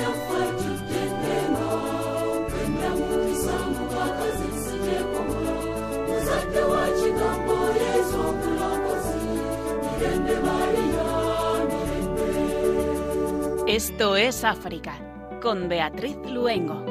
Esto es África, con Beatriz Luengo.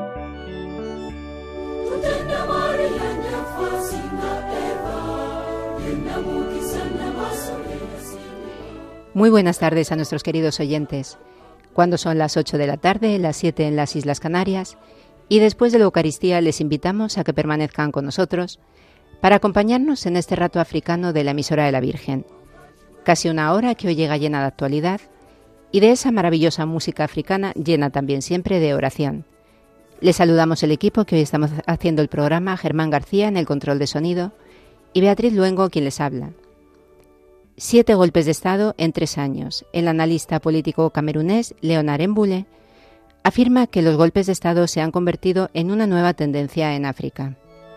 Muy buenas tardes a nuestros queridos oyentes. Cuando son las 8 de la tarde, las 7 en las Islas Canarias, y después de la Eucaristía les invitamos a que permanezcan con nosotros para acompañarnos en este rato africano de la emisora de la Virgen. Casi una hora que hoy llega llena de actualidad y de esa maravillosa música africana llena también siempre de oración. Les saludamos el equipo que hoy estamos haciendo el programa, Germán García en el control de sonido y Beatriz Luengo quien les habla. 7 golpes de Estado en 3 años. El analista político camerunés Léonard Mbule afirma que los golpes de Estado se han convertido en una nueva tendencia en África.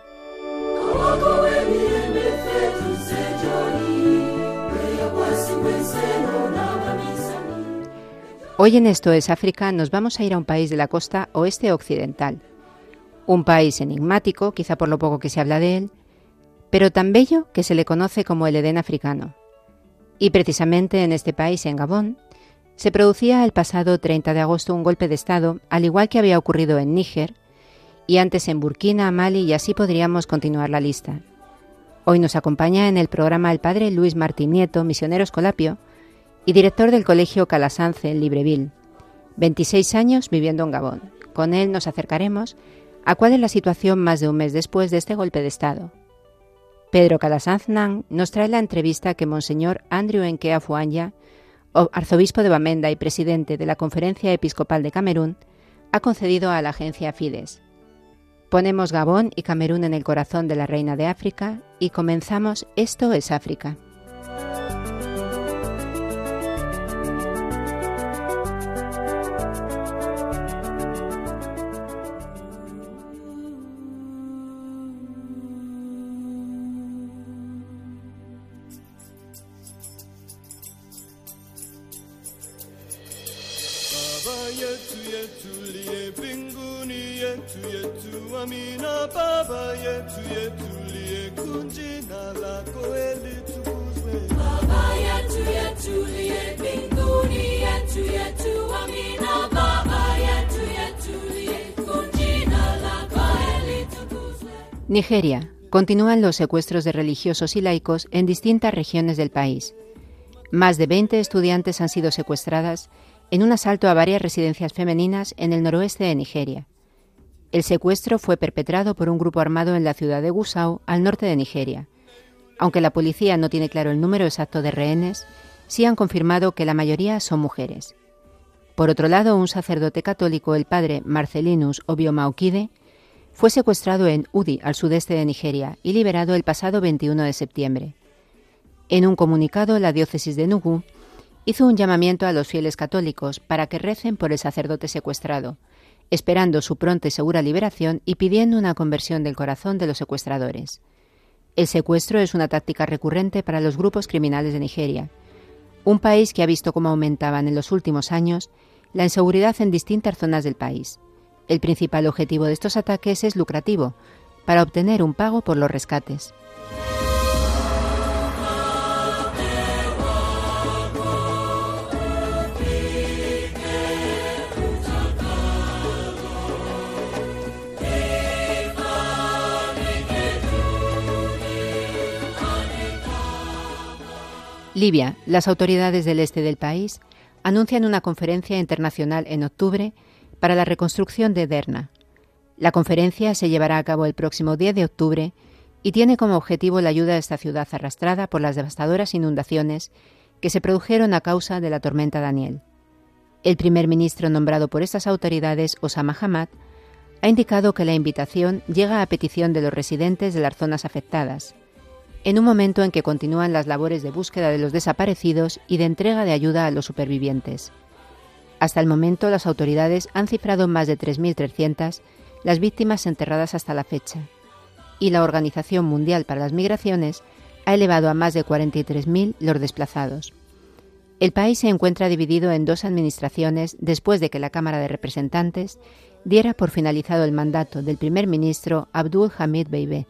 Hoy en Esto es África nos vamos a ir a un país de la costa oeste occidental. Un país enigmático, quizá por lo poco que se habla de él, pero tan bello que se le conoce como el Edén africano. Y precisamente en este país, en Gabón, se producía el pasado 30 de agosto un golpe de Estado, al igual que había ocurrido en Níger, y antes en Burkina, Mali, y así podríamos continuar la lista. Hoy nos acompaña en el programa el padre Luis Martín Nieto, misionero escolapio, y director del colegio Calasanz en Libreville. 26 años viviendo en Gabón. Con él nos acercaremos a cuál es la situación más de un mes después de este golpe de Estado. Pedro Calasanz Nang nos trae la entrevista que Monseñor Andrew Nkea Fuanya, arzobispo de Bamenda y presidente de la Conferencia Episcopal de Camerún, ha concedido a la agencia Fides. Ponemos Gabón y Camerún en el corazón de la Reina de África y comenzamos Esto es África. Nigeria. Continúan los secuestros de religiosos y laicos en distintas regiones del país. Más de 20 estudiantes han sido secuestradas en un asalto a varias residencias femeninas en el noroeste de Nigeria. El secuestro fue perpetrado por un grupo armado en la ciudad de Gusau, al norte de Nigeria. Aunque la policía no tiene claro el número exacto de rehenes, sí han confirmado que la mayoría son mujeres. Por otro lado, un sacerdote católico, el padre Marcelinus Obioma-Okide, fue secuestrado en Udi, al sudeste de Nigeria, y liberado el pasado 21 de septiembre. En un comunicado, la diócesis de Nugu hizo un llamamiento a los fieles católicos para que recen por el sacerdote secuestrado, esperando su pronta y segura liberación y pidiendo una conversión del corazón de los secuestradores. El secuestro es una táctica recurrente para los grupos criminales de Nigeria, un país que ha visto cómo aumentaban en los últimos años la inseguridad en distintas zonas del país. El principal objetivo de estos ataques es lucrativo, para obtener un pago por los rescates. Libia. Las autoridades del este del país anuncian una conferencia internacional en octubre para la reconstrucción de Derna. La conferencia se llevará a cabo el próximo 10 de octubre y tiene como objetivo la ayuda a esta ciudad arrastrada por las devastadoras inundaciones que se produjeron a causa de la tormenta Daniel. El primer ministro nombrado por estas autoridades, Osama Hamad, ha indicado que la invitación llega a petición de los residentes de las zonas afectadas, en un momento en que continúan las labores de búsqueda de los desaparecidos y de entrega de ayuda a los supervivientes. Hasta el momento, las autoridades han cifrado en más de 3.300 las víctimas enterradas hasta la fecha, y la Organización Mundial para las Migraciones ha elevado a más de 43.000 los desplazados. El país se encuentra dividido en dos administraciones después de que la Cámara de Representantes diera por finalizado el mandato del primer ministro Abdul Hamid Dbeibeh.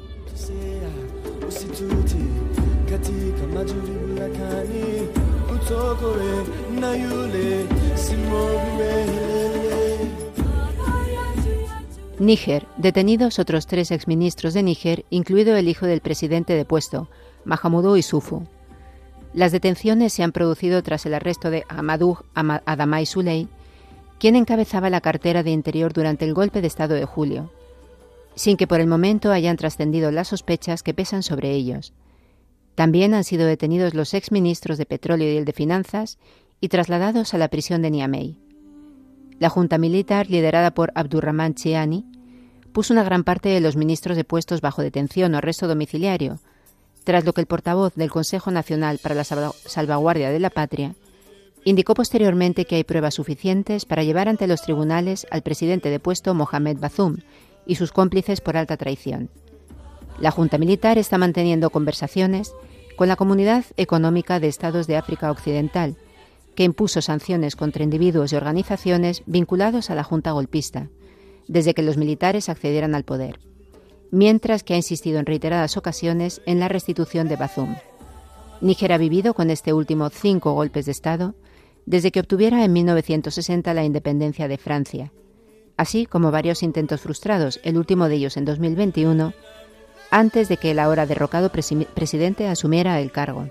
Níger, detenidos otros 3 exministros de Níger, incluido el hijo del presidente depuesto, Mahamadou Issoufou. Las detenciones se han producido tras el arresto de Amadou Adamai Souley, quien encabezaba la cartera de Interior durante el golpe de Estado de julio, sin que por el momento hayan trascendido las sospechas que pesan sobre ellos. También han sido detenidos los exministros de Petróleo y el de Finanzas y trasladados a la prisión de Niamey. La junta militar, liderada por Abdurrahman Chiani, puso una gran parte de los ministros depuestos bajo detención o arresto domiciliario, tras lo que el portavoz del Consejo Nacional para la Salvaguardia de la Patria indicó posteriormente que hay pruebas suficientes para llevar ante los tribunales al presidente depuesto Mohamed Bazoum y sus cómplices por alta traición. La Junta Militar está manteniendo conversaciones con la Comunidad Económica de Estados de África Occidental, que impuso sanciones contra individuos y organizaciones vinculados a la Junta golpista, desde que los militares accedieran al poder, mientras que ha insistido en reiteradas ocasiones en la restitución de Bazoum. Níger ha vivido con este último 5 golpes de Estado desde que obtuviera en 1960 la independencia de Francia, así como varios intentos frustrados, el último de ellos en 2021, antes de que el ahora derrocado presidente asumiera el cargo.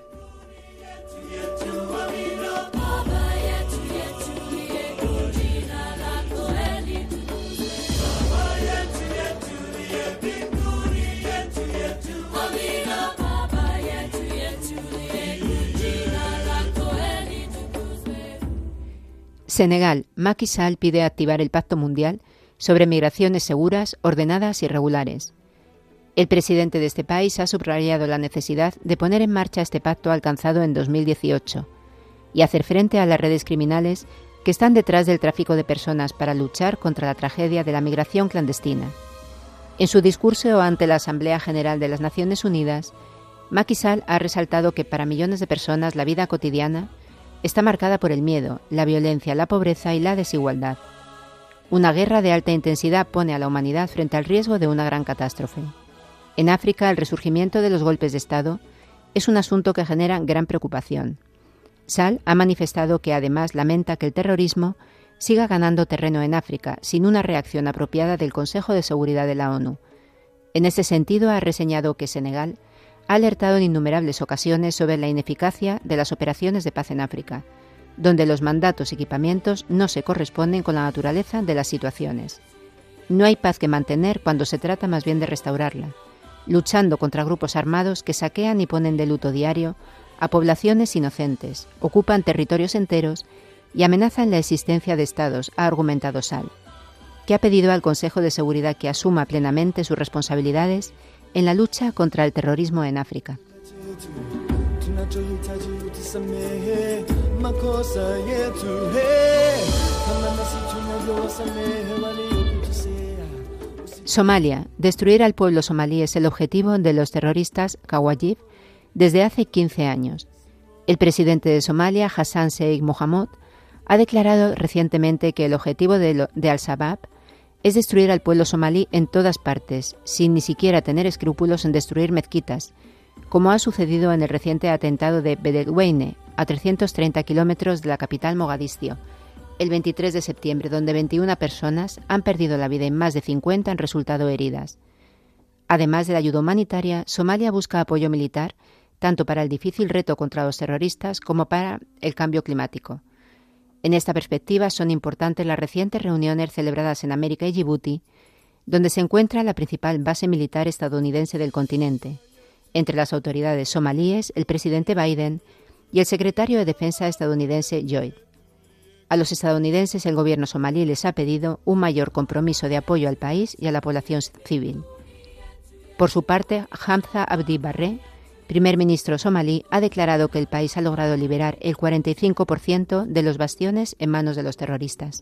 Senegal. Macky Sall pide activar el Pacto Mundial sobre migraciones seguras, ordenadas y regulares. El presidente de este país ha subrayado la necesidad de poner en marcha este pacto alcanzado en 2018 y hacer frente a las redes criminales que están detrás del tráfico de personas para luchar contra la tragedia de la migración clandestina. En su discurso ante la Asamblea General de las Naciones Unidas, Macky Sall ha resaltado que para millones de personas la vida cotidiana está marcada por el miedo, la violencia, la pobreza y la desigualdad. Una guerra de alta intensidad pone a la humanidad frente al riesgo de una gran catástrofe. En África, el resurgimiento de los golpes de Estado es un asunto que genera gran preocupación. Sall ha manifestado que además lamenta que el terrorismo siga ganando terreno en África sin una reacción apropiada del Consejo de Seguridad de la ONU. En este sentido, ha reseñado que Senegal ha alertado en innumerables ocasiones sobre la ineficacia de las operaciones de paz en África, donde los mandatos y equipamientos no se corresponden con la naturaleza de las situaciones. No hay paz que mantener cuando se trata más bien de restaurarla, luchando contra grupos armados que saquean y ponen de luto diario a poblaciones inocentes, ocupan territorios enteros y amenazan la existencia de estados, ha argumentado Sall, que ha pedido al Consejo de Seguridad que asuma plenamente sus responsabilidades en la lucha contra el terrorismo en África. Somalia. Destruir al pueblo somalí es el objetivo de los terroristas Kawajib desde hace 15 años. El presidente de Somalia, Hassan Sheikh Mohamud, ha declarado recientemente que el objetivo de Al-Shabaab es destruir al pueblo somalí en todas partes, sin ni siquiera tener escrúpulos en destruir mezquitas, como ha sucedido en el reciente atentado de Beledweyne, a 330 kilómetros de la capital Mogadiscio, el 23 de septiembre, donde 21 personas han perdido la vida y más de 50 han resultado heridas. Además de la ayuda humanitaria, Somalia busca apoyo militar, tanto para el difícil reto contra los terroristas como para el cambio climático. En esta perspectiva son importantes las recientes reuniones celebradas en América y Djibouti, donde se encuentra la principal base militar estadounidense del continente, entre las autoridades somalíes, el presidente Biden y el secretario de Defensa estadounidense Lloyd. A los estadounidenses el gobierno somalí les ha pedido un mayor compromiso de apoyo al país y a la población civil. Por su parte, Hamza Abdi Barre, primer ministro somalí, ha declarado que el país ha logrado liberar el 45% de los bastiones en manos de los terroristas.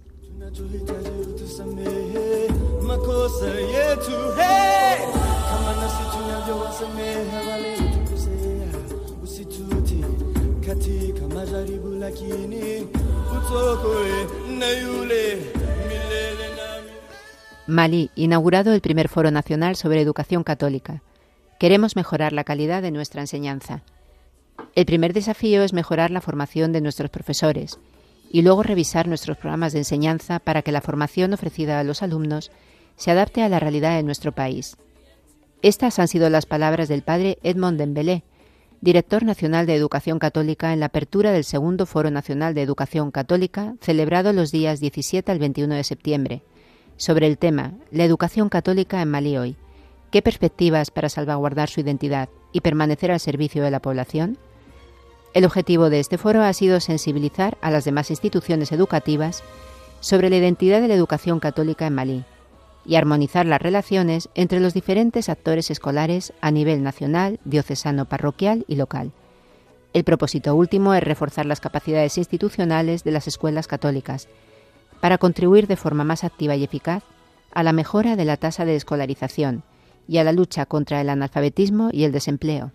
Malí, inaugurado el primer Foro Nacional sobre Educación Católica. Queremos mejorar la calidad de nuestra enseñanza. El primer desafío es mejorar la formación de nuestros profesores y luego revisar nuestros programas de enseñanza para que la formación ofrecida a los alumnos se adapte a la realidad de nuestro país. Estas han sido las palabras del padre Edmond Dembélé, director nacional de Educación Católica, en la apertura del segundo Foro Nacional de Educación Católica, celebrado los días 17 al 21 de septiembre, sobre el tema La educación católica en Malí hoy. ¿Qué perspectivas para salvaguardar su identidad y permanecer al servicio de la población? El objetivo de este foro ha sido sensibilizar a las demás instituciones educativas sobre la identidad de la educación católica en Malí y armonizar las relaciones entre los diferentes actores escolares a nivel nacional, diocesano, parroquial y local. El propósito último es reforzar las capacidades institucionales de las escuelas católicas para contribuir de forma más activa y eficaz a la mejora de la tasa de escolarización y a la lucha contra el analfabetismo y el desempleo.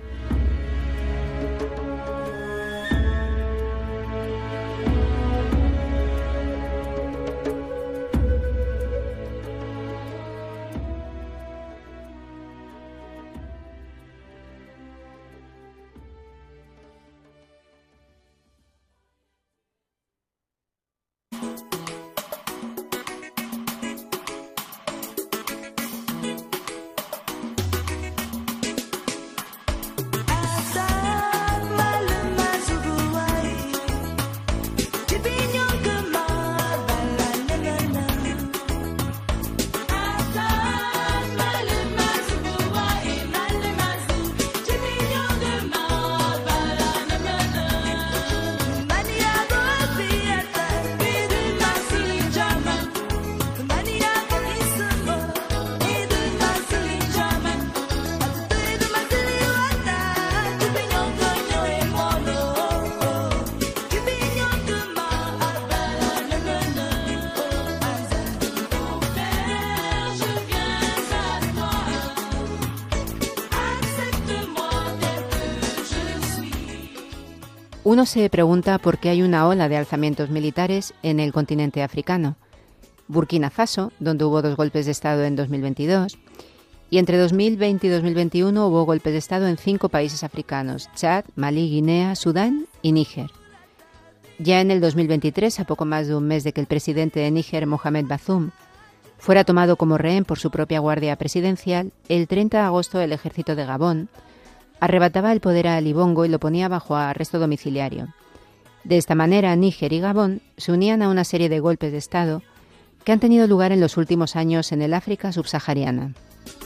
Uno se pregunta por qué hay una ola de alzamientos militares en el continente africano. Burkina Faso, donde hubo 2 golpes de Estado en 2022, y entre 2020 y 2021 hubo golpes de Estado en 5 países africanos: Chad, Malí, Guinea, Sudán y Níger. Ya en el 2023, a poco más de un mes de que el presidente de Níger, Mohamed Bazoum, fuera tomado como rehén por su propia guardia presidencial, el 30 de agosto el ejército de Gabón arrebataba el poder a Ali Bongo y lo ponía bajo arresto domiciliario. De esta manera, Níger y Gabón se unían a una serie de golpes de Estado que han tenido lugar en los últimos años en el África subsahariana.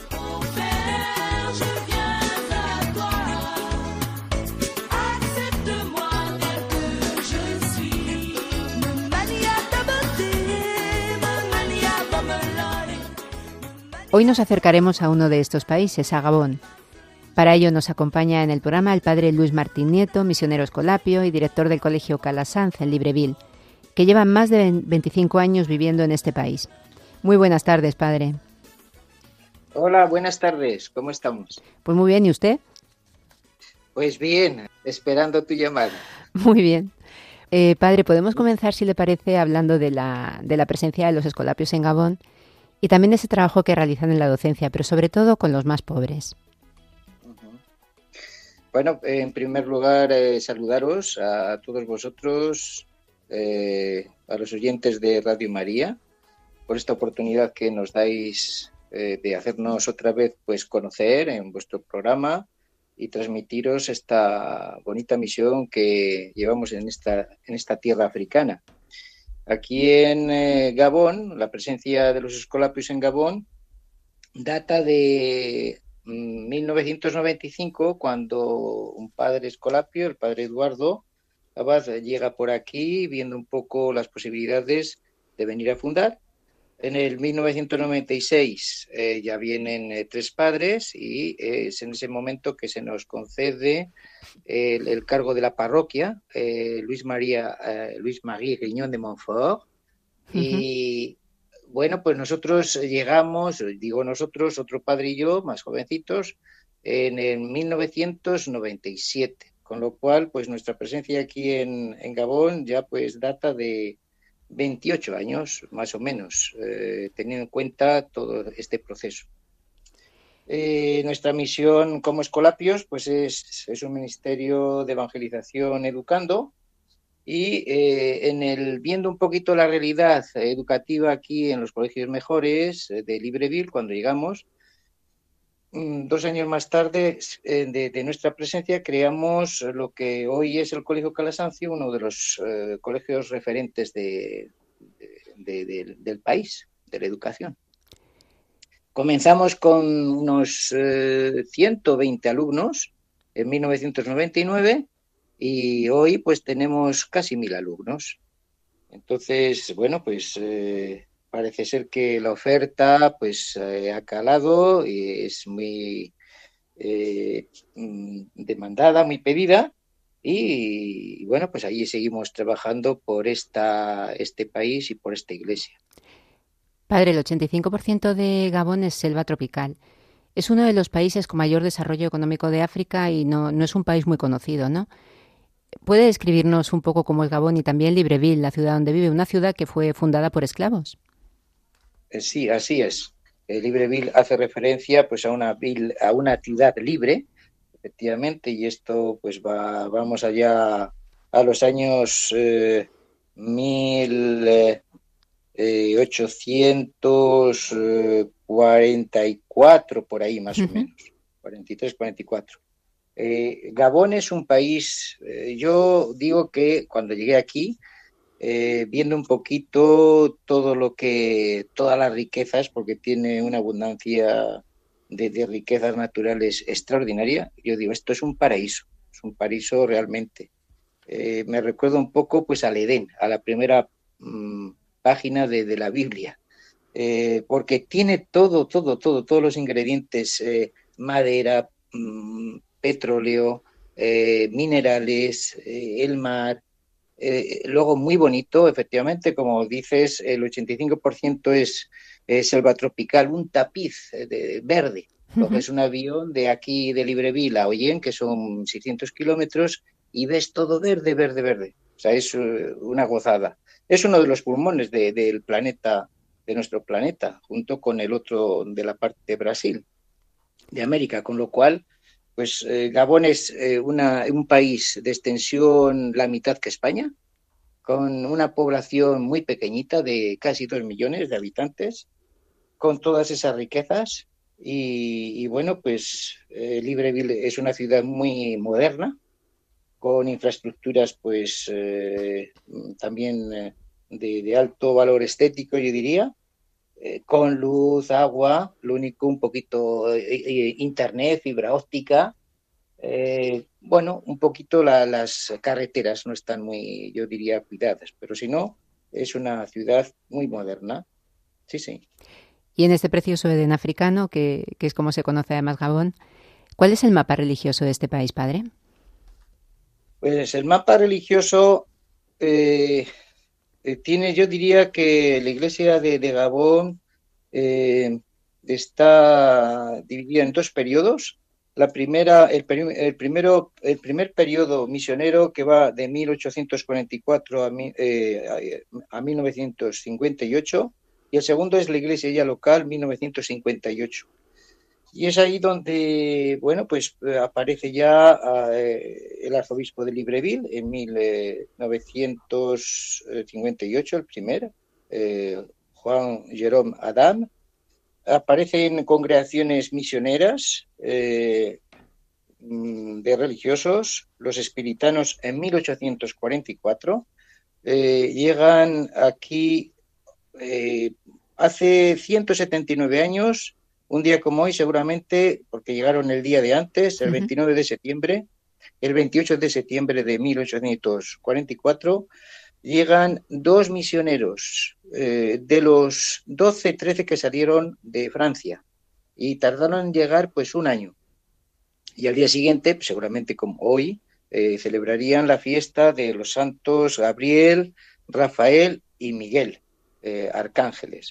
Hoy nos acercaremos a uno de estos países, a Gabón. Para ello nos acompaña en el programa el padre Luis Martín Nieto, misionero escolapio y director del Colegio Calasanz en Libreville, que lleva más de 25 años viviendo en este país. Muy buenas tardes, padre. Hola, buenas tardes. ¿Cómo estamos? Pues muy bien, ¿y usted? Pues bien, esperando tu llamada. Muy bien. Padre, podemos comenzar, si le parece, hablando de la presencia de los escolapios en Gabón y también de ese trabajo que realizan en la docencia, pero sobre todo con los más pobres. Bueno, en primer lugar, saludaros a todos vosotros, a los oyentes de Radio María, por esta oportunidad que nos dais de hacernos otra vez pues conocer en vuestro programa y transmitiros esta bonita misión que llevamos en esta tierra africana. Aquí en Gabón, la presencia de los escolapios en Gabón data de 1995, cuando un padre escolapio, el padre Eduardo Abad, llega por aquí viendo un poco las posibilidades de venir a fundar. En el 1996 ya vienen 3 padres y es en ese momento que se nos concede el cargo de la parroquia, Luis Marie Grignon de Montfort. Y bueno, pues nosotros llegamos, digo nosotros, otro padre y yo, más jovencitos, en el 1997, con lo cual pues nuestra presencia aquí en Gabón ya pues data de 28 años más o menos, teniendo en cuenta todo este proceso. Nuestra misión como Escolapios pues es un ministerio de evangelización educando y viendo un poquito la realidad educativa aquí en los colegios mejores de Libreville cuando llegamos, 2 años más tarde de nuestra presencia creamos lo que hoy es el Colegio Calasancio, uno de los colegios referentes del país, de la educación. Comenzamos con unos 120 alumnos en 1999 y hoy pues tenemos casi 1.000 alumnos. Entonces, bueno, pues parece ser que la oferta pues ha calado y es muy demandada, muy pedida y bueno, pues allí seguimos trabajando por este país y por esta iglesia. Padre, el 85% de Gabón es selva tropical. Es uno de los países con mayor desarrollo económico de África y no es un país muy conocido, ¿no? ¿Puede describirnos un poco cómo es Gabón y también Libreville, la ciudad donde vive, una ciudad que fue fundada por esclavos? Sí, así es. Libreville hace referencia pues a una ciudad libre, efectivamente, y esto pues vamos allá a los años 1844, por ahí más o menos, 43, 44. Gabón es un país, yo digo que cuando llegué aquí, viendo un poquito todas las riquezas, porque tiene una abundancia de riquezas naturales extraordinaria, yo digo, esto es un paraíso realmente. Me recuerda un poco pues al Edén, a la primera página de la Biblia, porque tiene todos los ingredientes, madera, petróleo, minerales, el mar. Luego muy bonito, efectivamente, como dices, el 85% es selva tropical, un tapiz verde. Coges un avión de aquí de Libreville a Ollén, que son 600 kilómetros, y ves todo verde, verde, verde. O sea, es una gozada. Es uno de los pulmones del planeta, de nuestro planeta, junto con el otro de la parte de Brasil, de América, con lo cual pues Gabón es un país de extensión la mitad que España, con una población muy pequeñita de casi 2 millones de habitantes, con todas esas riquezas. Y bueno, pues Libreville es una ciudad muy moderna, con infraestructuras pues también de alto valor estético, yo diría, con luz, agua, lo único un poquito internet, fibra óptica. Bueno, un poquito las carreteras no están muy, yo diría, cuidadas, pero si no, es una ciudad muy moderna. Sí, sí. Y en este precioso Edén africano, que es como se conoce además Gabón, ¿cuál es el mapa religioso de este país, padre? Pues el mapa religioso tiene, yo diría que la iglesia de Gabón está dividida en 2 periodos. La primera, el primer periodo misionero que va de 1844 a 1958 y el segundo es la iglesia ya local 1958. Y es ahí donde, bueno, pues aparece ya el arzobispo de Libreville en 1958, el primer, Juan Jerome Adam. Aparecen congregaciones misioneras de religiosos, los espiritanos en 1844. Llegan aquí hace 179 años, un día como hoy seguramente, porque llegaron el día de antes, el 29 de septiembre, el 28 de septiembre de 1844, llegan 2 misioneros de los 12, 13 que salieron de Francia y tardaron en llegar pues un año. Y al día siguiente, pues, seguramente como hoy, celebrarían la fiesta de los santos Gabriel, Rafael y Miguel, arcángeles.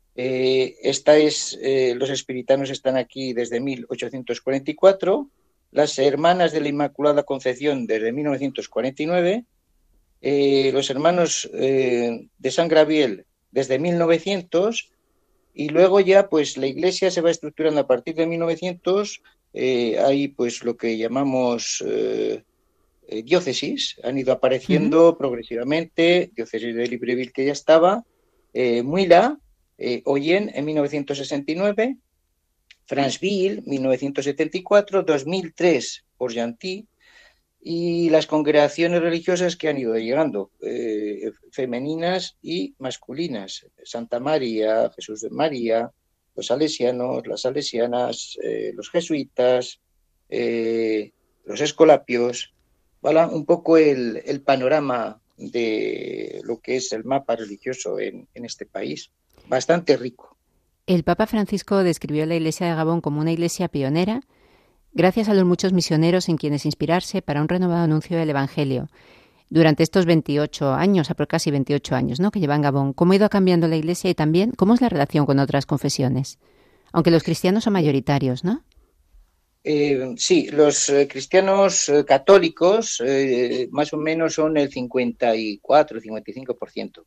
Los espiritanos están aquí desde 1844 las Hermanas de la Inmaculada Concepción desde 1949, los Hermanos de San Gabriel desde 1900, y luego ya pues la Iglesia se va estructurando a partir de 1900. Hay pues lo que llamamos diócesis, han ido apareciendo progresivamente, diócesis de Libreville, que ya estaba, Muila, Oyen en 1969, Franceville 1974, 2003 Porgenty, y las congregaciones religiosas que han ido llegando, femeninas y masculinas: Santa María, Jesús de María, los salesianos, las salesianas, los jesuitas, los escolapios. ¿Vale? Un poco el panorama de lo que es el mapa religioso en este país, bastante rico. El Papa Francisco describió la Iglesia de Gabón como una iglesia pionera, gracias a los muchos misioneros en quienes inspirarse para un renovado anuncio del Evangelio. Durante estos 28 años, casi 28 años, ¿no?, que lleva en Gabón, ¿cómo ha ido cambiando la Iglesia y también cómo es la relación con otras confesiones? Aunque los cristianos son mayoritarios, ¿no? Sí, los cristianos católicos más o menos son el 54, 55%.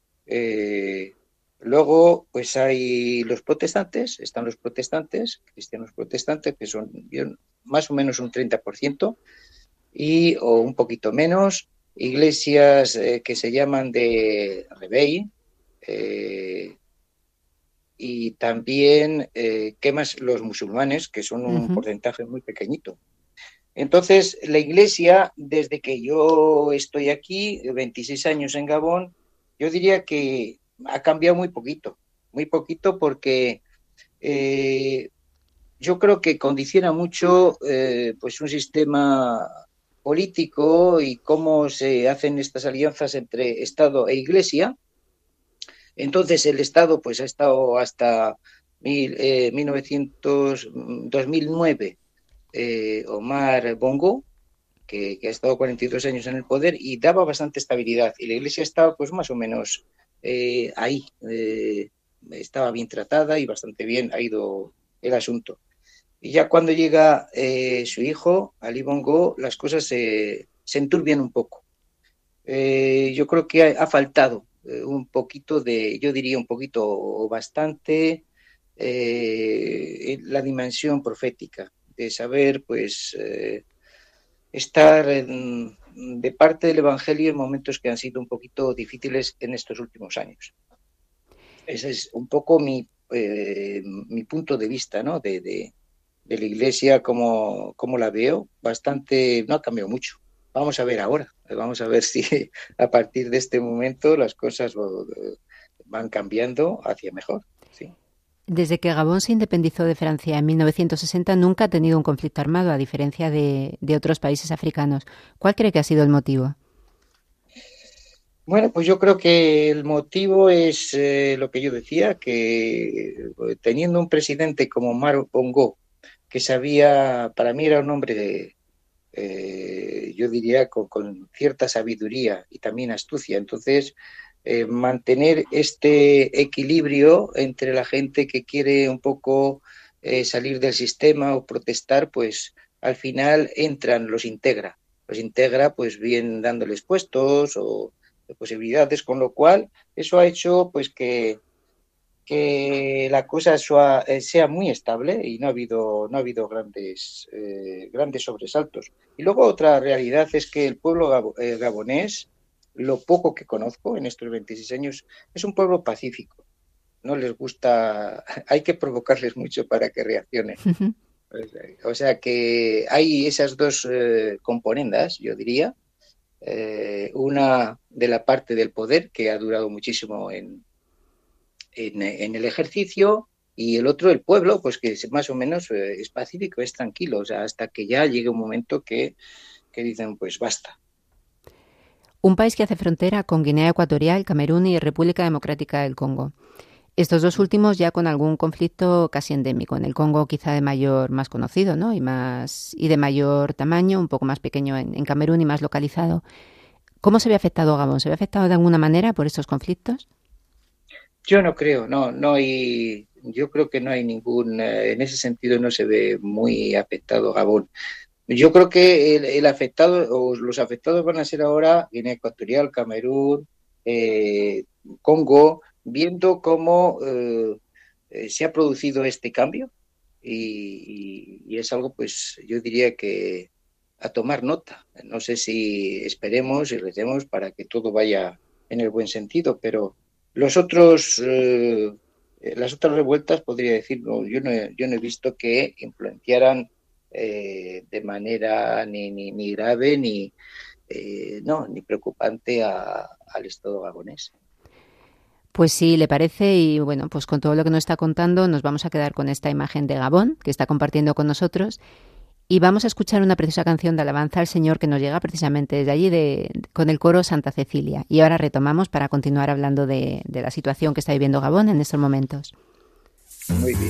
Luego, pues hay los protestantes, están los protestantes, cristianos protestantes, que son más o menos un 30%, o un poquito menos, iglesias que se llaman de Rebey, y también, ¿qué más? Los musulmanes, que son un porcentaje muy pequeñito. Entonces, la Iglesia, desde que yo estoy aquí, 26 años en Gabón, yo diría que ha cambiado muy poquito porque yo creo que condiciona mucho pues un sistema político y cómo se hacen estas alianzas entre Estado e Iglesia. Entonces el Estado pues ha estado hasta 2009, Omar Bongo, que ha estado 42 años en el poder y daba bastante estabilidad, y la Iglesia estaba pues más o menos ahí, estaba bien tratada y bastante bien ha ido el asunto. Y ya cuando llega su hijo, Ali Bongo, las cosas se enturbian un poco. Yo creo que ha faltado un poquito yo diría un poquito o bastante, la dimensión profética, de saber pues estar de parte del Evangelio en momentos que han sido un poquito difíciles en estos últimos años. Ese es un poco mi punto de vista, ¿no?, de la Iglesia, como la veo. Bastante, no ha cambiado mucho. Vamos a ver ahora, vamos a ver si a partir de este momento las cosas van cambiando hacia mejor. Sí. Desde que Gabón se independizó de Francia en 1960 nunca ha tenido un conflicto armado, a diferencia de otros países africanos. ¿Cuál cree que ha sido el motivo? Bueno, pues yo creo que el motivo es lo que yo decía, que teniendo un presidente como Omar Bongo, que sabía, para mí era un hombre yo diría con cierta sabiduría y también astucia. Entonces, mantener este equilibrio entre la gente que quiere un poco salir del sistema o protestar, pues al final los integra pues bien dándoles puestos o posibilidades, con lo cual eso ha hecho pues que la cosa sea muy estable y no ha habido grandes sobresaltos. Y luego otra realidad es que el pueblo gabonés, lo poco que conozco en estos 26 años, es un pueblo pacífico. No les gusta, hay que provocarles mucho para que reaccionen. O sea que hay esas dos componendas, yo diría. Una de la parte del poder, que ha durado muchísimo en el ejercicio, y el otro, el pueblo, pues que más o menos es pacífico, es tranquilo, o sea, hasta que ya llegue un momento que dicen, pues basta. Un país que hace frontera con Guinea Ecuatorial, Camerún y República Democrática del Congo. Estos dos últimos ya con algún conflicto casi endémico. En el Congo quizá más conocido, ¿no?, y de mayor tamaño, un poco más pequeño en Camerún y más localizado. ¿Cómo se ve afectado Gabón? ¿Se ve afectado de alguna manera por estos conflictos? Yo no creo, no yo creo que no hay ningún, en ese sentido no se ve muy afectado Gabón. Yo creo que el afectado o los afectados van a ser ahora Guinea Ecuatorial, Camerún, Congo, viendo cómo se ha producido este cambio y es algo, pues yo diría que a tomar nota. No sé si esperemos y recemos para que todo vaya en el buen sentido, pero los otros, las otras revueltas, podría decir, no, yo no he visto que influenciaran de manera ni grave ni preocupante al Estado gabonés. Pues sí, le parece, y bueno, pues con todo lo que nos está contando nos vamos a quedar con esta imagen de Gabón que está compartiendo con nosotros y vamos a escuchar una preciosa canción de alabanza al Señor que nos llega precisamente desde allí con el coro Santa Cecilia. Y ahora retomamos para continuar hablando de la situación que está viviendo Gabón en estos momentos. Muy bien.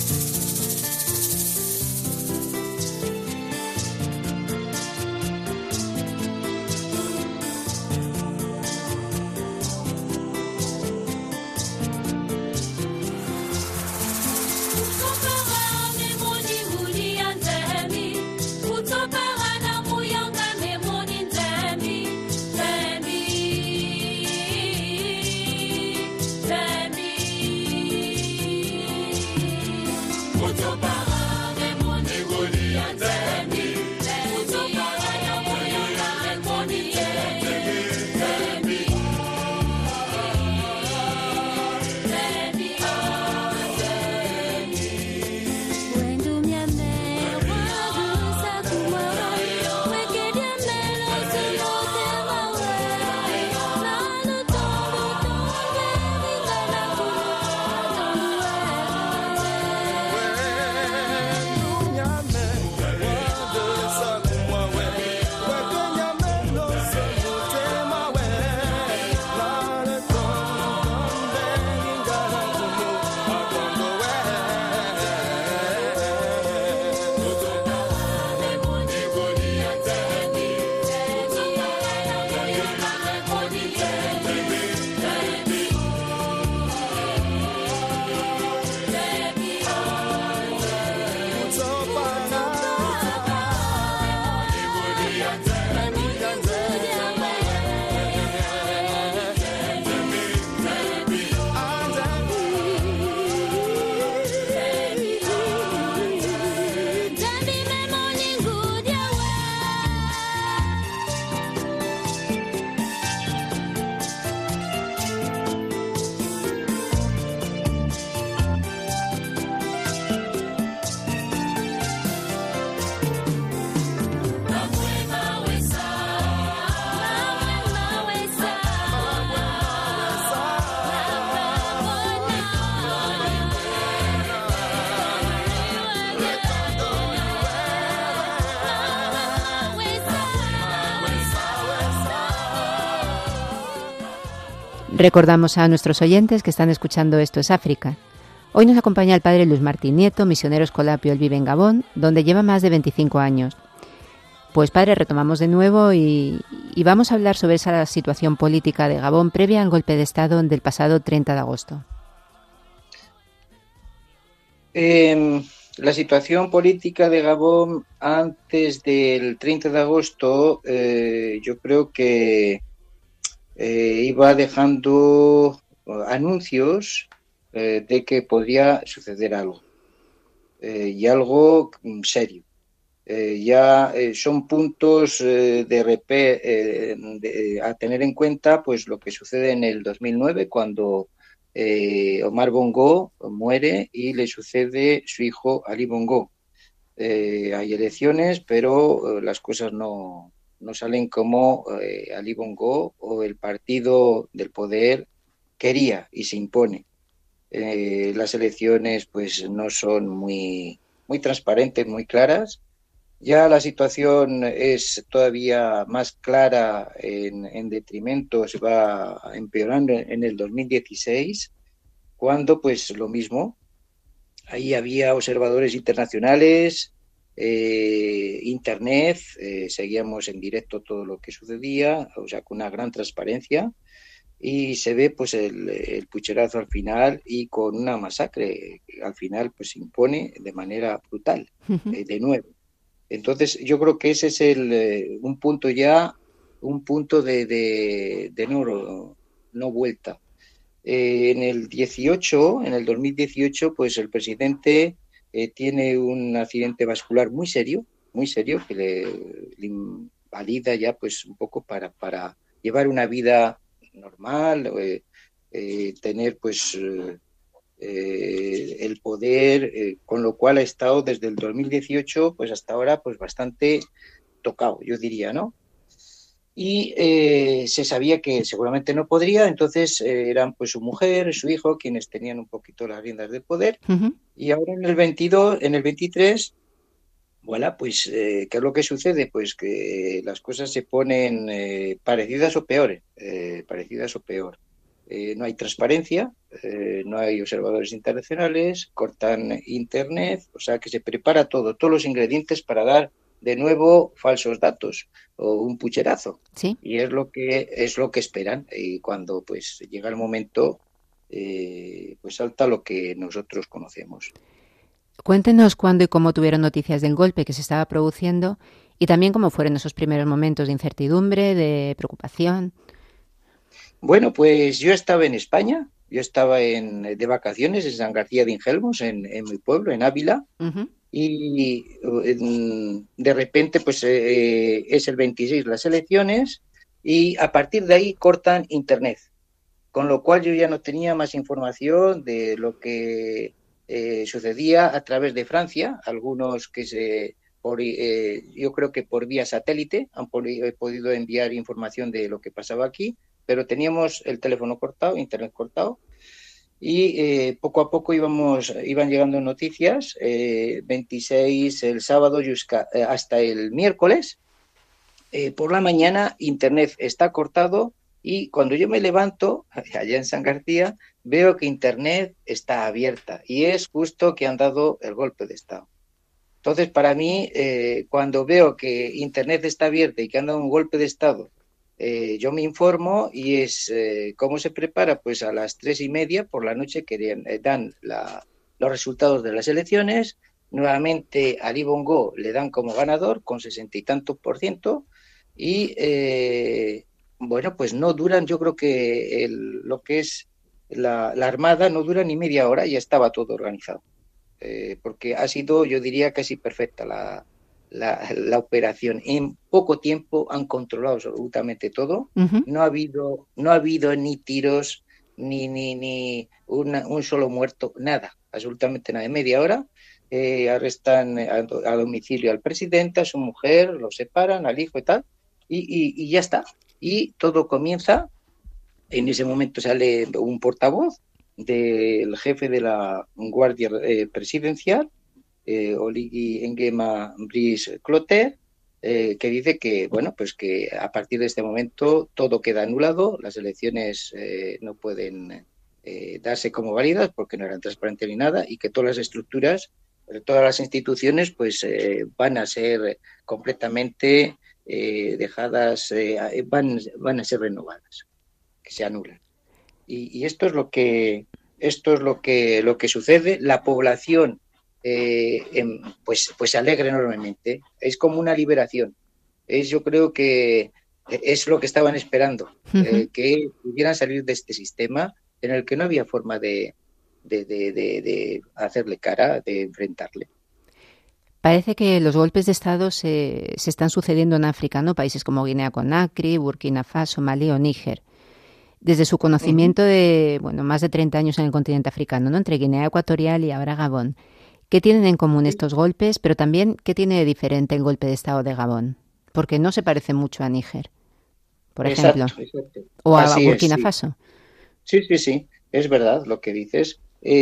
Recordamos a nuestros oyentes que están escuchando Esto es África. Hoy nos acompaña el padre Luis Martín Nieto, misionero escolapio. Él vive en Gabón, donde lleva más de 25 años. Pues padre, retomamos de nuevo y vamos a hablar sobre esa situación política de Gabón previa al golpe de Estado del pasado 30 de agosto. La situación política de Gabón antes del 30 de agosto yo creo que iba dejando anuncios de que podría suceder algo y algo serio. Son puntos a tener en cuenta, pues lo que sucede en el 2009 cuando Omar Bongo muere y le sucede su hijo Ali Bongo. Hay elecciones, pero las cosas no salen como Ali Bongo o el partido del poder quería y se impone. Las elecciones pues no son muy transparentes, muy claras. Ya la situación es todavía más clara en detrimento, se va empeorando en el 2016, cuando pues lo mismo, ahí había observadores internacionales, internet, seguíamos en directo todo lo que sucedía, o sea, con una gran transparencia, y se ve pues el pucherazo al final y con una masacre al final pues se impone de manera brutal, de nuevo. Entonces, yo creo que ese es un punto de no vuelta. En el 2018, pues el presidente tiene un accidente vascular muy serio, que le invalida ya pues un poco para llevar una vida normal, tener pues el poder, con lo cual ha estado desde el 2018 pues hasta ahora pues bastante tocado, yo diría, ¿no? Y se sabía que seguramente no podría, entonces eran pues su mujer, su hijo, quienes tenían un poquito las riendas del poder, y ahora en el 22, en el 23, voilà, pues ¿qué es lo que sucede? Pues que las cosas se ponen parecidas o peores, parecidas o peor. No hay transparencia, no hay observadores internacionales, cortan internet, o sea que se prepara todo, todos los ingredientes para dar de nuevo falsos datos o un pucherazo. Sí. Y es lo que esperan. Y cuando pues llega el momento, pues salta lo que nosotros conocemos. Cuéntenos cuándo y cómo tuvieron noticias del golpe que se estaba produciendo y también cómo fueron esos primeros momentos de incertidumbre, de preocupación. Bueno, pues yo estaba en España, yo estaba de vacaciones en San García de Ingelmos, en mi pueblo, en Ávila, y de repente pues es el 26 las elecciones y a partir de ahí cortan internet, con lo cual yo ya no tenía más información de lo que sucedía a través de Francia, algunos yo creo que por vía satélite han podido enviar información de lo que pasaba aquí, pero teníamos el teléfono cortado, internet cortado, y poco a poco iban llegando noticias, 26 el sábado hasta el miércoles, por la mañana internet está cortado y cuando yo me levanto, allá en San García, veo que internet está abierta y es justo que han dado el golpe de Estado. Entonces, para mí, cuando veo que internet está abierta y que han dado un golpe de Estado, yo me informo y es cómo se prepara, pues a las 3:30 por la noche que dan los resultados de las elecciones. Nuevamente a Lee Bongo le dan como ganador con 60 y tantos % y bueno, pues no duran, yo creo que lo que es la Armada no dura ni media hora y ya estaba todo organizado. Porque ha sido, yo diría, casi perfecta la operación. En poco tiempo han controlado absolutamente todo. No ha habido ni tiros, ni un solo muerto, nada, absolutamente nada. En media hora arrestan a domicilio al presidente, a su mujer, lo separan, al hijo y tal, y ya está. Y todo comienza. En ese momento sale un portavoz del jefe de la Guardia Presidencial, Oligui Nguema Brice Clotaire, que dice que, bueno, pues que a partir de este momento todo queda anulado, las elecciones no pueden darse como válidas porque no eran transparentes ni nada y que todas las estructuras, todas las instituciones, pues van a ser completamente dejadas, van a ser renovadas, que se anulan. Y esto es lo que sucede. La población pues se alegra enormemente. Es como una liberación. Yo creo que es lo que estaban esperando, que pudieran salir de este sistema en el que no había forma de hacerle cara, de enfrentarle. Parece que los golpes de Estado se están sucediendo en África, ¿no? Países como Guinea-Conakry, Burkina Faso, Malí o Níger. Desde su conocimiento de, más de 30 años en el continente africano, ¿no? Entre Guinea Ecuatorial y ahora Gabón. ¿Qué tienen en común estos golpes? Pero también, ¿qué tiene de diferente el golpe de Estado de Gabón? Porque no se parece mucho a Níger, por ejemplo. Exacto. O a Burkina Faso. Sí, es verdad lo que dices.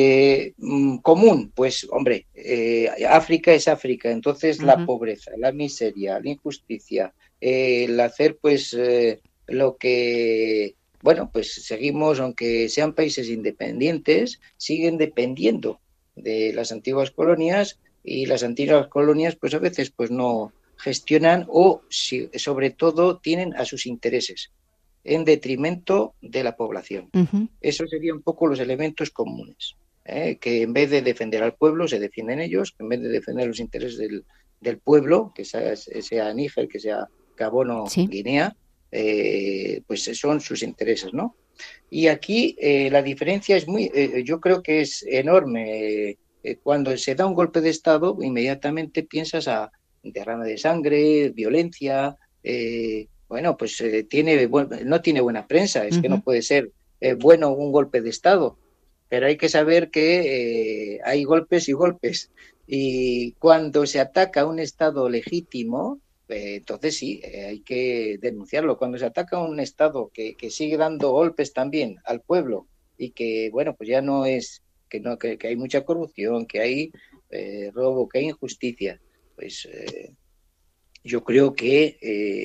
Común, pues hombre, África es África, entonces la pobreza, la miseria, la injusticia, el hacer pues lo que, bueno, pues seguimos, aunque sean países independientes, siguen dependiendo de las antiguas colonias y las antiguas colonias pues a veces pues no gestionan o sobre todo tienen a sus intereses en detrimento de la población. Esos serían un poco los elementos comunes, que en vez de defender al pueblo se defienden ellos, que en vez de defender los intereses del pueblo, que sea Níger, que sea Gabón o Sí. Guinea, pues son sus intereses, ¿no? Y aquí la diferencia es yo creo que es enorme. Cuando se da un golpe de Estado, inmediatamente piensas a derrame de sangre, violencia. Bueno, pues no tiene buena prensa, es que no Ujú. puede ser bueno un golpe de Estado, pero hay que saber que hay golpes y golpes. Y cuando se ataca a un Estado legítimo, entonces sí, hay que denunciarlo. Cuando se ataca a un Estado que sigue dando golpes también al pueblo y que, bueno, pues ya no es, que hay mucha corrupción, que hay robo, que hay injusticia, pues yo creo que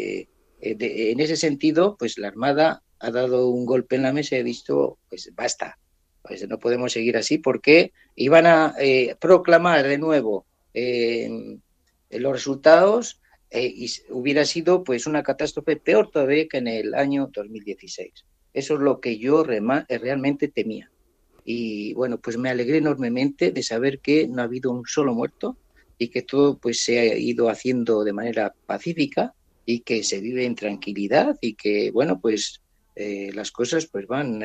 en ese sentido, pues la Armada ha dado un golpe en la mesa y ha dicho, pues basta, pues no podemos seguir así porque iban a proclamar de nuevo los resultados y hubiera sido pues una catástrofe peor todavía que en el año 2016. Eso es lo que yo realmente temía. Y bueno, pues me alegré enormemente de saber que no ha habido un solo muerto y que todo pues se ha ido haciendo de manera pacífica y que se vive en tranquilidad y que bueno, pues las cosas pues van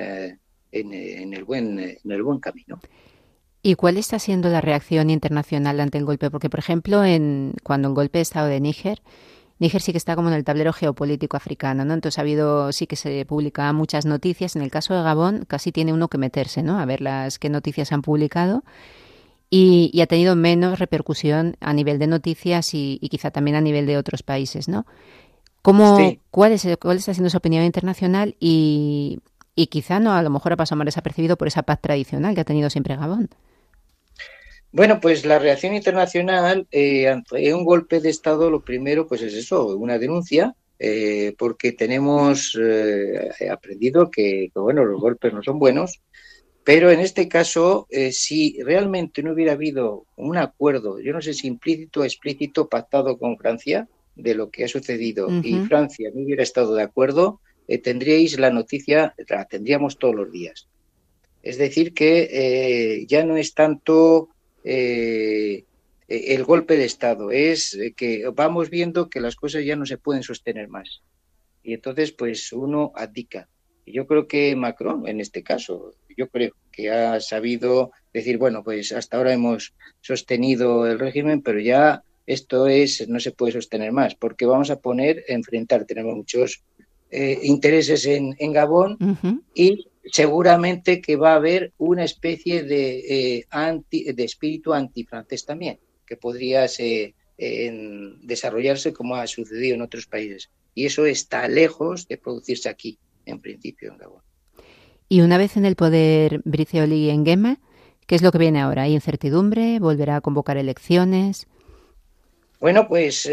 en el buen camino. ¿Y cuál está siendo la reacción internacional ante el golpe? Porque, por ejemplo, cuando el golpe de Estado de Níger sí que está como en el tablero geopolítico africano, ¿no? Entonces sí que se publicaban muchas noticias. En el caso de Gabón casi tiene uno que meterse, ¿no? A ver qué noticias han publicado. Y ha tenido menos repercusión a nivel de noticias y quizá también a nivel de otros países, ¿no? Sí. ¿Cuál está siendo su opinión internacional? Y quizá no, a lo mejor ha pasado más desapercibido por esa paz tradicional que ha tenido siempre Gabón. Bueno, pues la reacción internacional ante un golpe de Estado, lo primero, pues es eso, una denuncia, porque tenemos aprendido bueno, los golpes no son buenos, pero en este caso, si realmente no hubiera habido un acuerdo, yo no sé si implícito o explícito, pactado con Francia de lo que ha sucedido y Ujú. Francia no hubiera estado de acuerdo, tendríais la noticia, la tendríamos todos los días. Es decir, que ya no es tanto el golpe de Estado, es que vamos viendo que las cosas ya no se pueden sostener más. Y entonces, pues uno abdica. Y yo creo que Macron, en este caso, yo creo que ha sabido decir, bueno, pues hasta ahora hemos sostenido el régimen, pero ya no se puede sostener más, porque vamos a enfrentar, tenemos muchos intereses en Gabón Ujú. y seguramente que va a haber una especie de espíritu antifrancés también, que podría desarrollarse como ha sucedido en otros países. Y eso está lejos de producirse aquí, en principio, en Gabón. Y una vez en el poder Brice Oligui Nguema, ¿qué es lo que viene ahora? ¿Hay incertidumbre? ¿Volverá a convocar elecciones? Bueno, pues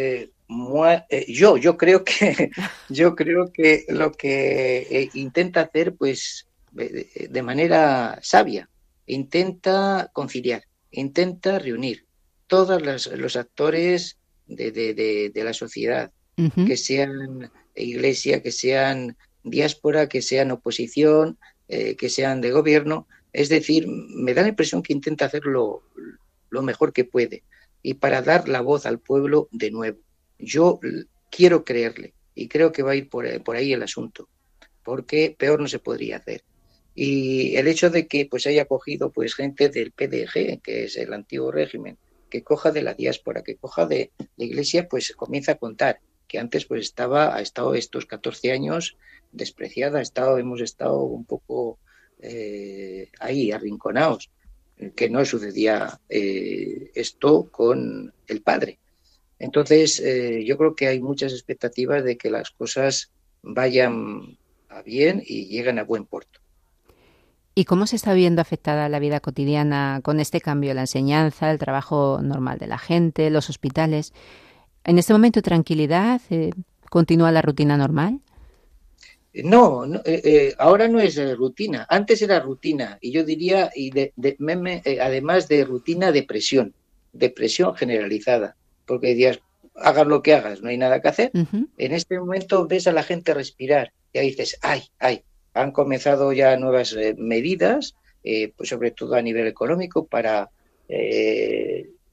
yo creo que yo creo que lo que intenta hacer, pues de manera sabia, intenta conciliar, intenta reunir todos los actores de la sociedad, Ujú. que sean iglesia, que sean diáspora, que sean oposición, que sean de gobierno. Es decir, me da la impresión que intenta hacerlo lo mejor que puede y para dar la voz al pueblo de nuevo. Yo quiero creerle y creo que va a ir por ahí el asunto, porque peor no se podría hacer. Y el hecho de que pues haya cogido pues gente del PDG, que es el antiguo régimen, que coja de la diáspora, que coja de la iglesia, pues comienza a contar que antes pues ha estado estos 14 años despreciada, hemos estado un poco ahí arrinconados, que no sucedía esto con el padre. Entonces, yo creo que hay muchas expectativas de que las cosas vayan a bien y lleguen a buen puerto. ¿Y cómo se está viendo afectada la vida cotidiana con este cambio? La enseñanza, el trabajo normal de la gente, los hospitales. En este momento, tranquilidad, continúa la rutina normal. No, no ahora no es rutina, antes era rutina y yo diría, además de rutina, depresión generalizada, porque decías, hagas lo que hagas, no hay nada que hacer. Ujú. En este momento ves a la gente respirar y ahí dices, ay, han comenzado ya nuevas medidas, pues sobre todo a nivel económico, para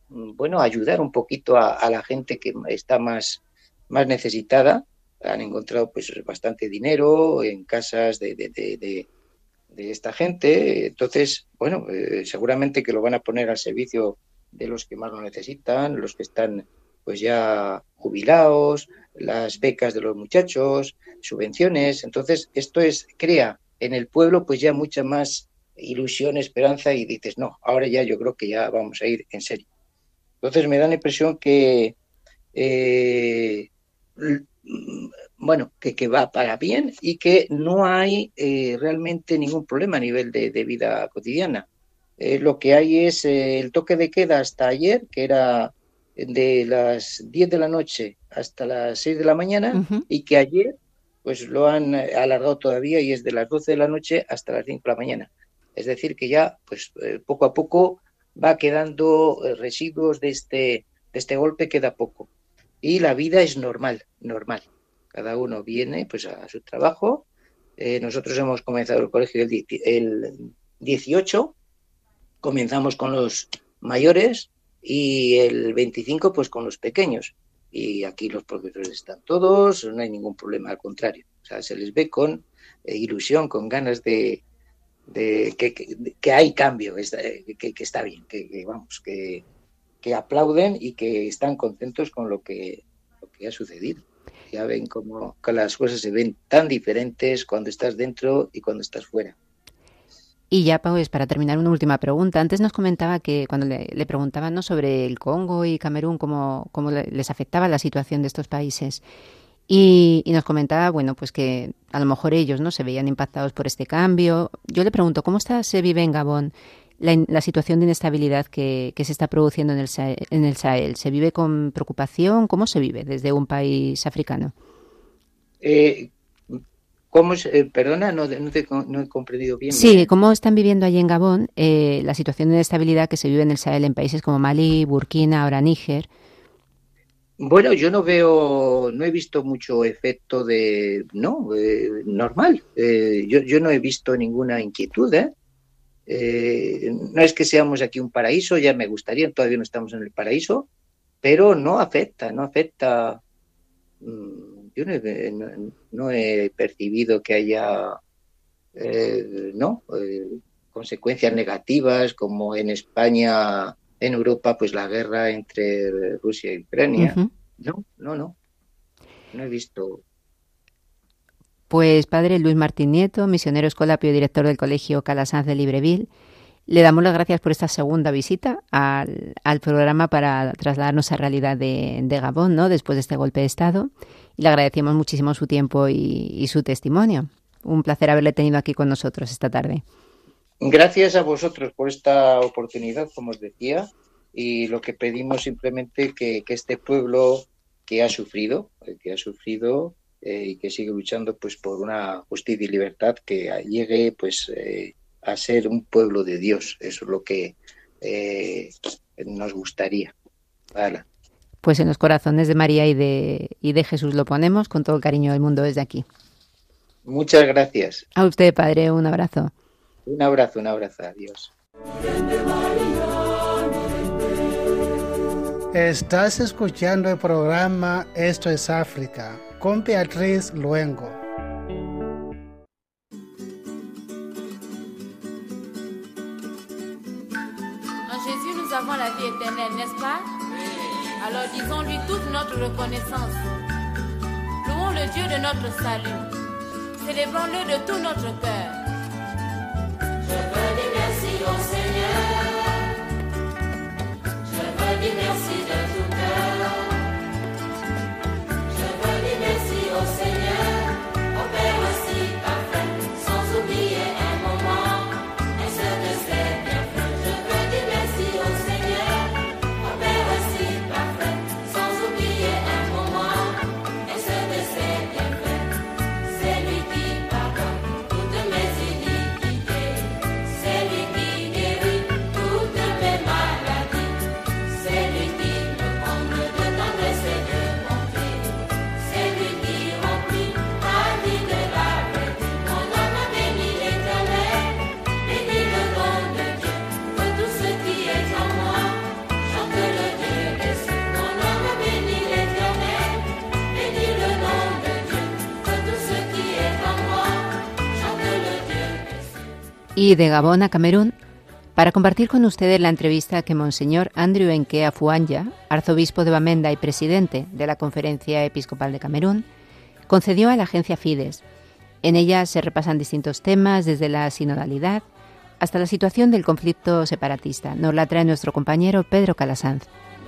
bueno, ayudar un poquito a la gente que está más necesitada. Han encontrado pues bastante dinero en casas de esta gente. Entonces, bueno, seguramente que lo van a poner al servicio de los que más lo necesitan, los que están pues ya jubilados, las becas de los muchachos, subvenciones. Entonces, esto crea en el pueblo pues ya mucha más ilusión, esperanza, y dices, no, ahora ya yo creo que ya vamos a ir en serio. Entonces me da la impresión que bueno, que va para bien y que no hay realmente ningún problema a nivel de vida cotidiana. Lo que hay es el toque de queda hasta ayer, que era de las 10 de la noche hasta las 6 de la mañana, y que ayer pues lo han alargado todavía y es de las 12 de la noche hasta las 5 de la mañana. Es decir, que ya pues poco a poco va quedando residuos de este golpe, queda poco. Y la vida es normal. Cada uno viene pues a su trabajo. Nosotros hemos comenzado el colegio el 18, comenzamos con los mayores y el 25 pues con los pequeños. Y aquí los profesores están todos, no hay ningún problema, al contrario. O sea, se les ve con ilusión, con ganas de que hay cambio, que está bien, que aplauden y que están contentos con lo que ha sucedido. Ya ven cómo las cosas se ven tan diferentes cuando estás dentro y cuando estás fuera. Y ya, pues, para terminar, una última pregunta. Antes nos comentaba que cuando le preguntaban, ¿no?, sobre el Congo y Camerún, cómo les afectaba la situación de estos países. Y nos comentaba, bueno, pues que a lo mejor ellos, ¿no?, se veían impactados por este cambio. Yo le pregunto, ¿cómo se vive en Gabón la situación de inestabilidad que se está produciendo en el Sahel? ¿Se vive con preocupación? ¿Cómo se vive desde un país africano? Perdona, no he comprendido bien. Sí, ¿cómo están viviendo allí en Gabón la situación de inestabilidad que se vive en el Sahel en países como Malí, Burkina, ahora Níger? Bueno, yo no he visto mucho efecto normal. Yo no he visto ninguna inquietud, no es que seamos aquí un paraíso, ya me gustaría, todavía no estamos en el paraíso, pero no afecta. Yo no he percibido que haya consecuencias negativas como en España, en Europa, pues la guerra entre Rusia y Ucrania. Uh-huh. No he visto. Pues padre Luis Martín Nieto, misionero escolapio y director del colegio Calasanz de Libreville, le damos las gracias por esta segunda visita al programa para trasladarnos a realidad de Gabón, ¿no?, después de este golpe de Estado, y le agradecemos muchísimo su tiempo y su testimonio. Un placer haberle tenido aquí con nosotros esta tarde. Gracias a vosotros por esta oportunidad, como os decía, y lo que pedimos simplemente que este pueblo que ha sufrido y que sigue luchando pues por una justicia y libertad, que llegue pues a ser un pueblo de Dios. Eso es lo que nos gustaría. Vale. Pues en los corazones de María y de Jesús lo ponemos con todo el cariño del mundo desde aquí. Muchas gracias. A usted, padre, un abrazo. Un abrazo, adiós. Estás escuchando el programa Esto es África con Beatriz Luengo. En Jésus, nous avons la vie éternelle, n'est-ce pas? Alors disons-lui toute notre reconnaissance. Louons le Dieu de notre salut. Célébrons-le de tout notre cœur. Je veux dire merci au Seigneur. Je veux dire merci de tout cœur. Je veux dire merci au Seigneur, au Père aussi parfait, sans oublier un moment, un seul de ses bienfaits. Je veux dire merci au Seigneur, au Père aussi parfait, sans oublier un moment, un seul de ses bienfaits. C'est lui qui pardonne toutes mes y de Gabón a Camerún para compartir con ustedes la entrevista que Monseñor Andrew Nkea Fuanja, arzobispo de Bamenda y presidente de la Conferencia Episcopal de Camerún, concedió a la agencia Fides. En ella se repasan distintos temas, desde la sinodalidad hasta la situación del conflicto separatista. Nos la trae nuestro compañero Pedro Calasanz.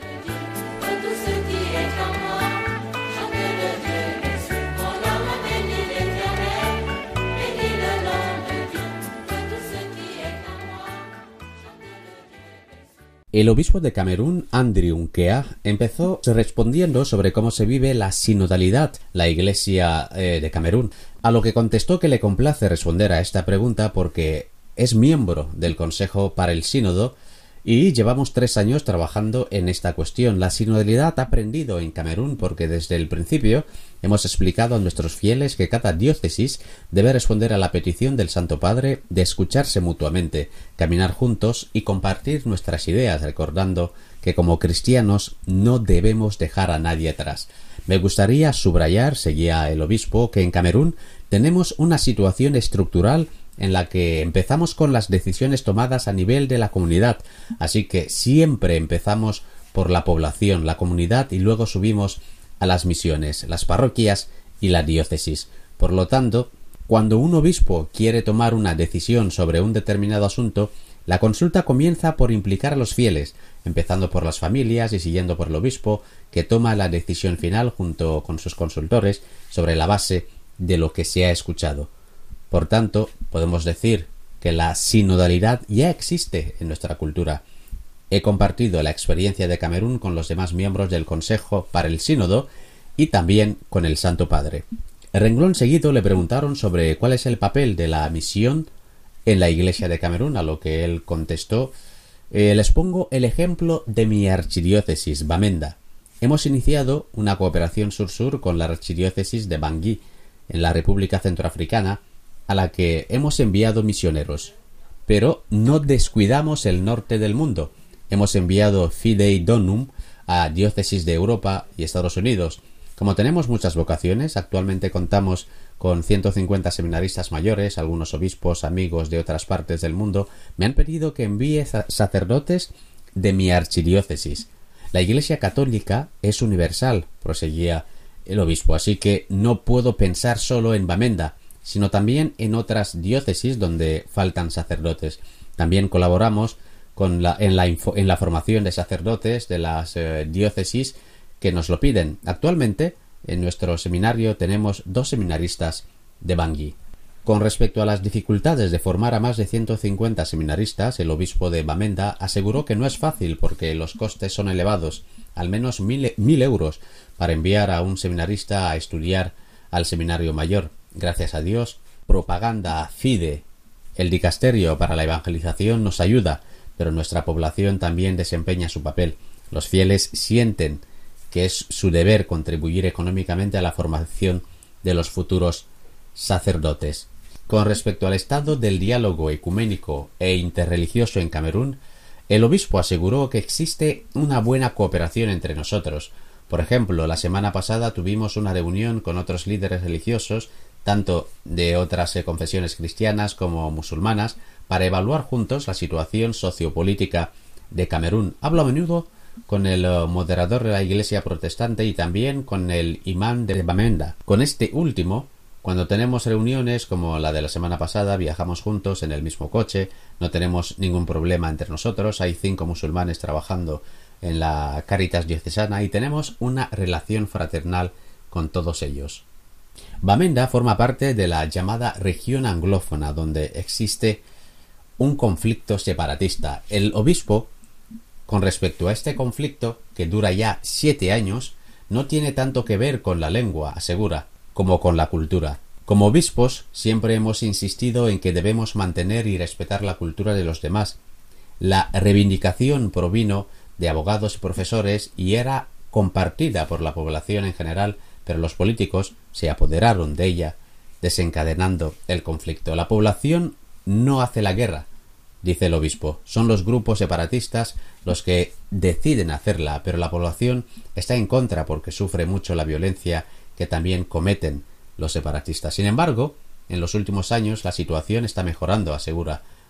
El obispo de Camerún, Andrew Nkea, empezó respondiendo sobre cómo se vive la sinodalidad, la Iglesia de Camerún, a lo que contestó que le complace responder a esta pregunta porque es miembro del Consejo para el Sínodo y llevamos 3 años trabajando en esta cuestión. La sinodalidad ha aprendido en Camerún porque desde el principio hemos explicado a nuestros fieles que cada diócesis debe responder a la petición del Santo Padre de escucharse mutuamente, caminar juntos y compartir nuestras ideas, recordando que como cristianos no debemos dejar a nadie atrás. Me gustaría subrayar, seguía el obispo, que en Camerún tenemos una situación estructural en la que empezamos con las decisiones tomadas a nivel de la comunidad, así que siempre empezamos por la población, la comunidad, y luego subimos a las misiones, las parroquias y la diócesis. Por lo tanto, cuando un obispo quiere tomar una decisión sobre un determinado asunto, la consulta comienza por implicar a los fieles, empezando por las familias y siguiendo por el obispo, que toma la decisión final junto con sus consultores sobre la base de lo que se ha escuchado. Por tanto, podemos decir que la sinodalidad ya existe en nuestra cultura. He compartido la experiencia de Camerún con los demás miembros del Consejo para el Sínodo y también con el Santo Padre. El renglón seguido le preguntaron sobre cuál es el papel de la misión en la Iglesia de Camerún, a lo que él contestó: les pongo el ejemplo de mi archidiócesis, Bamenda. Hemos iniciado una cooperación sur-sur con la archidiócesis de Bangui, en la República Centroafricana, a la que hemos enviado misioneros. Pero no descuidamos el norte del mundo. Hemos enviado Fidei Donum a diócesis de Europa y Estados Unidos. Como tenemos muchas vocaciones, actualmente contamos con 150 seminaristas mayores, algunos obispos, amigos de otras partes del mundo, me han pedido que envíe sacerdotes de mi archidiócesis. La Iglesia Católica es universal, proseguía el obispo, así que no puedo pensar solo en Bamenda, sino también en otras diócesis donde faltan sacerdotes. También colaboramos en la formación de sacerdotes de las diócesis que nos lo piden. Actualmente, en nuestro seminario tenemos 2 seminaristas de Bangui. Con respecto a las dificultades de formar a más de 150 seminaristas, el obispo de Bamenda aseguró que no es fácil porque los costes son elevados, al menos 1.000 euros para enviar a un seminarista a estudiar al seminario mayor. Gracias a Dios, Propaganda Fide, el dicasterio para la evangelización, nos ayuda, pero nuestra población también desempeña su papel. Los fieles sienten que es su deber contribuir económicamente a la formación de los futuros sacerdotes. Con respecto al estado del diálogo ecuménico e interreligioso en Camerún, el obispo aseguró que existe una buena cooperación entre nosotros. Por ejemplo, la semana pasada tuvimos una reunión con otros líderes religiosos, tanto de otras confesiones cristianas como musulmanas, para evaluar juntos la situación sociopolítica de Camerún. Hablo a menudo con el moderador de la Iglesia protestante y también con el imán de Bamenda. Con este último, cuando tenemos reuniones como la de la semana pasada, viajamos juntos en el mismo coche, no tenemos ningún problema entre nosotros, hay 5 musulmanes trabajando en la Cáritas diocesana y tenemos una relación fraternal con todos ellos. Bamenda forma parte de la llamada región anglófona, donde existe un conflicto separatista. El obispo, con respecto a este conflicto, que dura ya 7 años, no tiene tanto que ver con la lengua, asegura, como con la cultura. Como obispos, siempre hemos insistido en que debemos mantener y respetar la cultura de los demás. La reivindicación provino de abogados y profesores y era compartida por la población en general, pero los políticos se apoderaron de ella, desencadenando el conflicto. La población no hace la guerra, dice el obispo. Son los grupos separatistas los que deciden hacerla, pero la población está en contra porque sufre mucho la violencia que también cometen los separatistas. Sin embargo, en los últimos años la situación está mejorando, asegura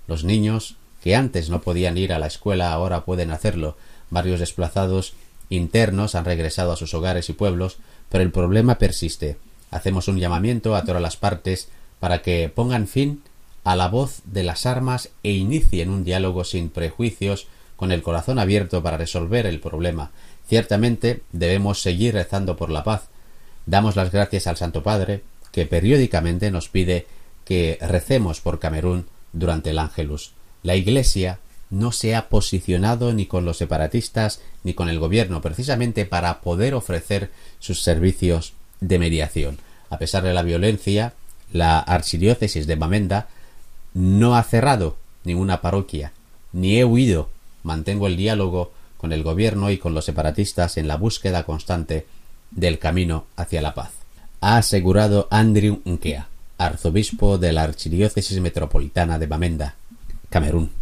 Los niños, que antes no podían ir a la escuela, ahora pueden hacerlo. Varios desplazados internos han regresado a sus hogares y pueblos, pero el problema persiste. Hacemos un llamamiento a todas las partes para que pongan fin a la voz de las armas e inicien un diálogo sin prejuicios, con el corazón abierto para resolver el problema. Ciertamente debemos seguir rezando por la paz. Damos las gracias al Santo Padre, que periódicamente nos pide que recemos por Camerún durante el Ángelus. La Iglesia no se ha posicionado ni con los separatistas ni con el gobierno, precisamente para poder ofrecer sus servicios de mediación. A pesar de la violencia, la archidiócesis de Bamenda no ha cerrado ninguna parroquia, ni he huido. Mantengo el diálogo con el gobierno y con los separatistas en la búsqueda constante del camino hacia la paz, ha asegurado Andrew Nkea, arzobispo de la archidiócesis metropolitana de Bamenda, Camerún.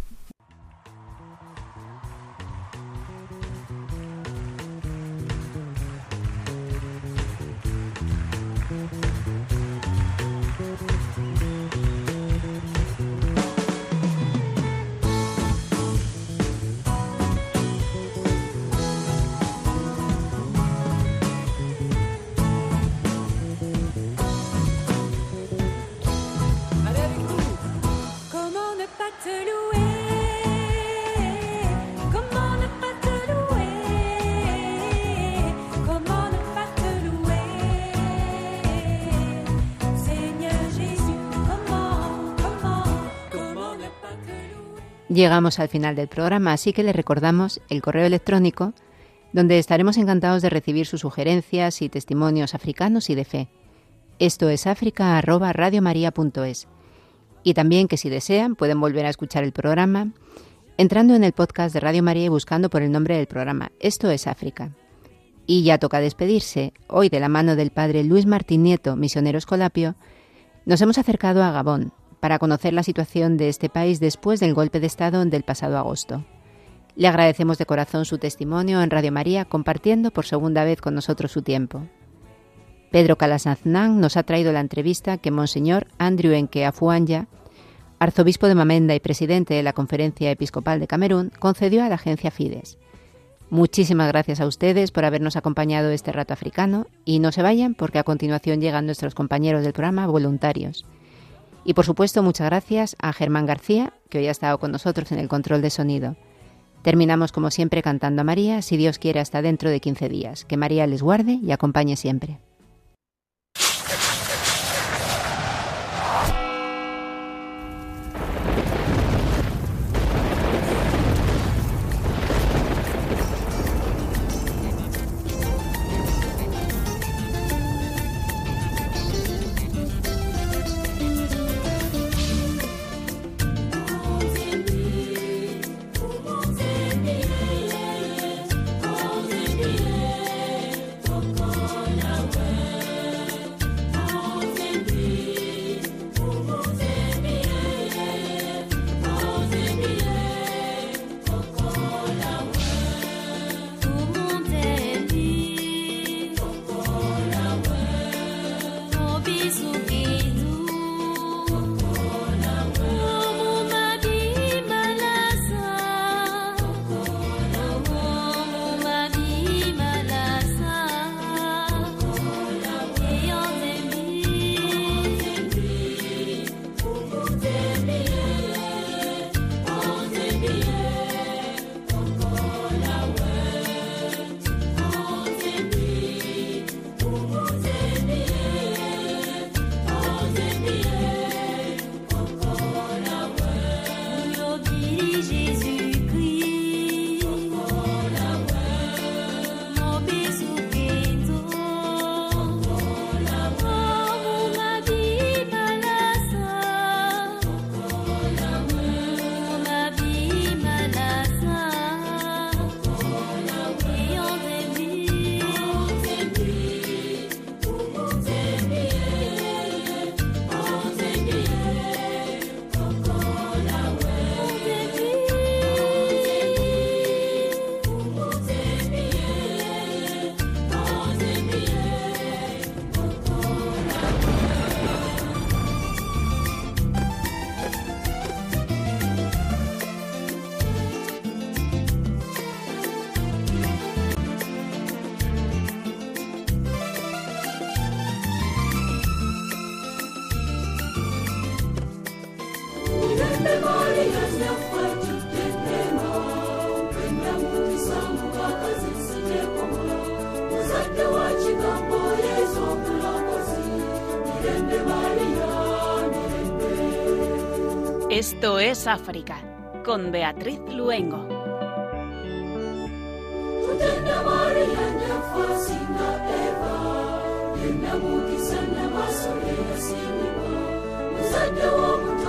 Llegamos al final del programa, así que les recordamos el correo electrónico donde estaremos encantados de recibir sus sugerencias y testimonios africanos y de fe. Esto es africa@radiomaria.es. Y también que si desean pueden volver a escuchar el programa entrando en el podcast de Radio María y buscando por el nombre del programa. Esto es África. Y ya toca despedirse. Hoy, de la mano del padre Luis Martín Nieto, misionero escolapio, nos hemos acercado a Gabón para conocer la situación de este país después del golpe de Estado del pasado agosto. Le agradecemos de corazón su testimonio en Radio María, compartiendo por segunda vez con nosotros su tiempo. Pedro Calasanznan nos ha traído la entrevista que Monseñor Andrew Nkea Fuanja, arzobispo de Bamenda y presidente de la Conferencia Episcopal de Camerún, concedió a la agencia Fides. Muchísimas gracias a ustedes por habernos acompañado este rato africano y no se vayan porque a continuación llegan nuestros compañeros del programa voluntarios. Y por supuesto muchas gracias a Germán García, que hoy ha estado con nosotros en el control de sonido. Terminamos como siempre cantando a María, si Dios quiere hasta dentro de 15 días. Que María les guarde y acompañe siempre. Yahweh. Esto es África, con Beatriz Luengo. Eva,